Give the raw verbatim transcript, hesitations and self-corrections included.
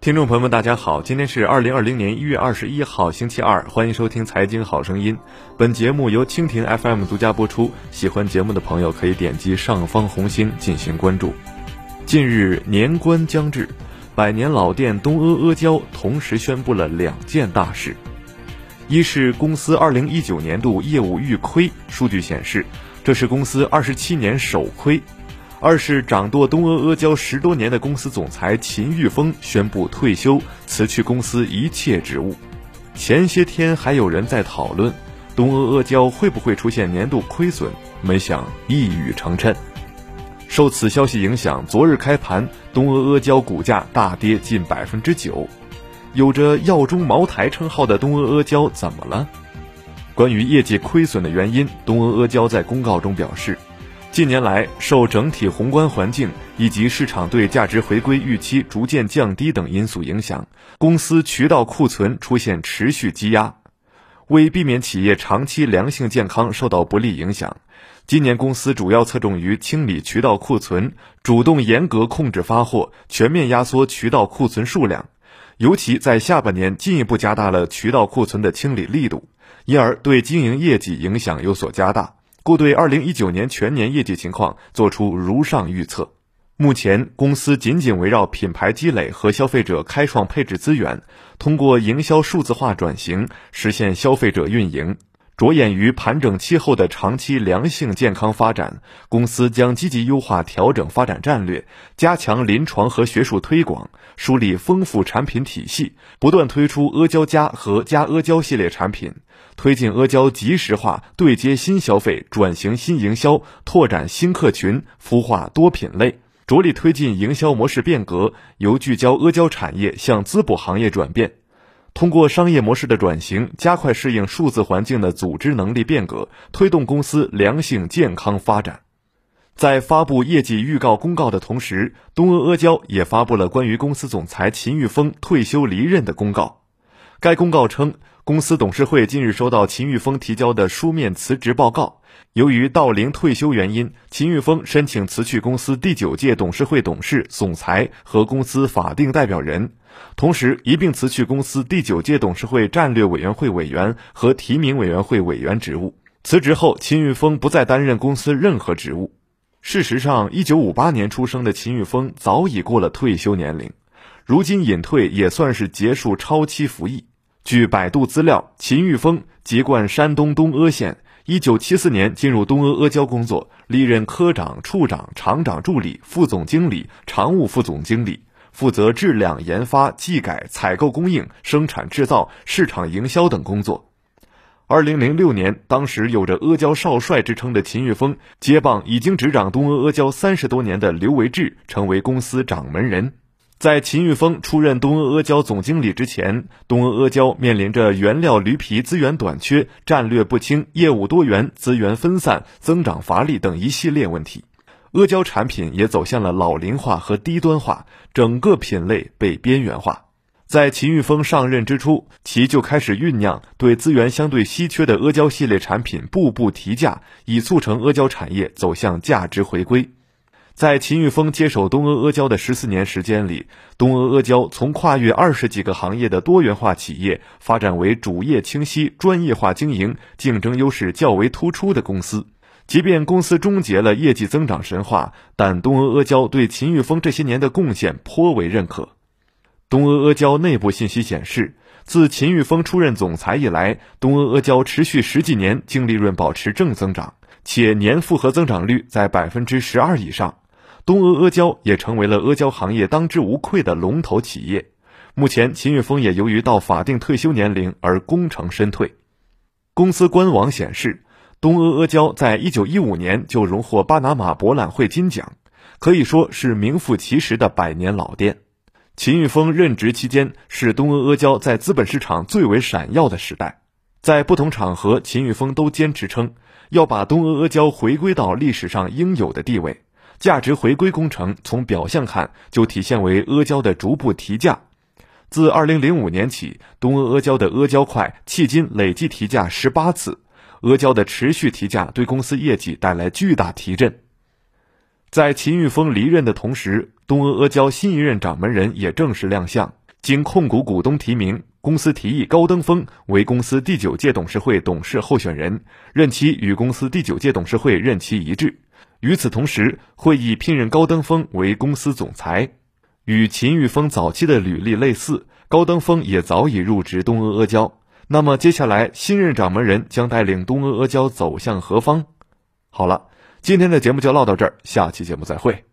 听众朋友们大家好，今天是二零二零年一月二十一号星期二，欢迎收听财经好声音。本节目由蜻蜓 F M 独家播出，喜欢节目的朋友可以点击上方红星进行关注。近日年关将至，百年老店东阿阿胶同时宣布了两件大事。一是公司二零一九年度业务预亏，数据显示这是公司二十七年首亏。二是掌舵东阿阿胶十多年的公司总裁秦玉峰宣布退休，辞去公司一切职务。前些天还有人在讨论东阿阿胶会不会出现年度亏损，没想一语成谶。受此消息影响，昨日开盘东阿阿胶股价大跌近 百分之九。 有着药中茅台称号的东阿阿胶怎么了？关于业绩亏损的原因，东阿阿胶在公告中表示，近年来受整体宏观环境以及市场对价值回归预期逐渐降低等因素影响，公司渠道库存出现持续积压。为避免企业长期良性健康受到不利影响，今年公司主要侧重于清理渠道库存，主动严格控制发货，全面压缩渠道库存数量，尤其在下半年进一步加大了渠道库存的清理力度，因而对经营业绩影响有所加大，故对二零一九年全年业绩情况做出如上预测。目前公司紧紧围绕品牌积累和消费者开创配置资源，通过营销数字化转型实现消费者运营。着眼于盘整期后的长期良性健康发展，公司将积极优化调整发展战略，加强临床和学术推广，梳理丰富产品体系，不断推出阿胶加和加阿胶系列产品，推进阿胶即时化，对接新消费，转型新营销，拓展新客群，孵化多品类，着力推进营销模式变革，由聚焦阿胶产业向滋补行业转变。通过商业模式的转型，加快适应数字环境的组织能力变革，推动公司良性健康发展。在发布业绩预告公告的同时，东阿阿胶也发布了关于公司总裁秦玉峰退休离任的公告。该公告称，公司董事会近日收到秦玉峰提交的书面辞职报告，由于到龄退休原因，秦玉峰申请辞去公司第九届董事会董事、总裁和公司法定代表人，同时一并辞去公司第九届董事会战略委员会委员和提名委员会委员职务。辞职后，秦玉峰不再担任公司任何职务。事实上，一九五八年出生的秦玉峰早已过了退休年龄，如今隐退也算是结束超期服役。据百度资料，秦玉峰籍贯山东东阿县，一九七四年进入东阿阿胶工作，历任科长、处长、厂长助理、副总经理、常务副总经理，负责质量研发、技改、采购供应、生产制造、市场营销等工作。二零零六年，当时有着阿胶少帅之称的秦玉峰接棒已经执掌东阿阿胶三十多年的刘维志，成为公司掌门人。在秦玉峰出任东阿阿胶总经理之前，东阿阿胶面临着原料驴皮资源短缺、战略不清、业务多元、资源分散、增长乏力等一系列问题。阿胶产品也走向了老龄化和低端化，整个品类被边缘化。在秦玉峰上任之初，其就开始酝酿对资源相对稀缺的阿胶系列产品步步提价，以促成阿胶产业走向价值回归。在秦玉峰接手东阿阿胶的十四年时间里，东阿阿胶从跨越二十几个行业的多元化企业，发展为主业清晰、专业化经营、竞争优势较为突出的公司。即便公司终结了业绩增长神话，但东阿阿胶对秦玉峰这些年的贡献颇为认可。东阿阿胶内部信息显示，自秦玉峰出任总裁以来，东阿阿胶持续十几年净利润保持正增长，且年复合增长率在 百分之十二 以上。东阿阿胶也成为了阿胶行业当之无愧的龙头企业。目前秦玉峰也由于到法定退休年龄而功成身退。公司官网显示，东阿阿胶在一九一五年就荣获巴拿马博览会金奖，可以说是名副其实的百年老店。秦玉峰任职期间是东阿阿胶在资本市场最为闪耀的时代。在不同场合，秦玉峰都坚持称要把东阿阿胶回归到历史上应有的地位。价值回归工程从表象看就体现为阿胶的逐步提价。自二零零五年起，东阿阿胶的阿胶块迄今累计提价十八次，阿胶的持续提价对公司业绩带来巨大提振。在秦玉峰离任的同时，东阿阿胶新一任掌门人也正式亮相。 经控股股东提名，公司提议高登峰为公司第九届董事会董事候选人，任期与公司第九届董事会任期一致。与此同时，会议聘任高登峰为公司总裁。与秦玉峰早期的履历类似，高登峰也早已入职东阿阿胶。那么接下来新任掌门人将带领东阿阿胶走向何方？好了，今天的节目就唠到这儿，下期节目再会。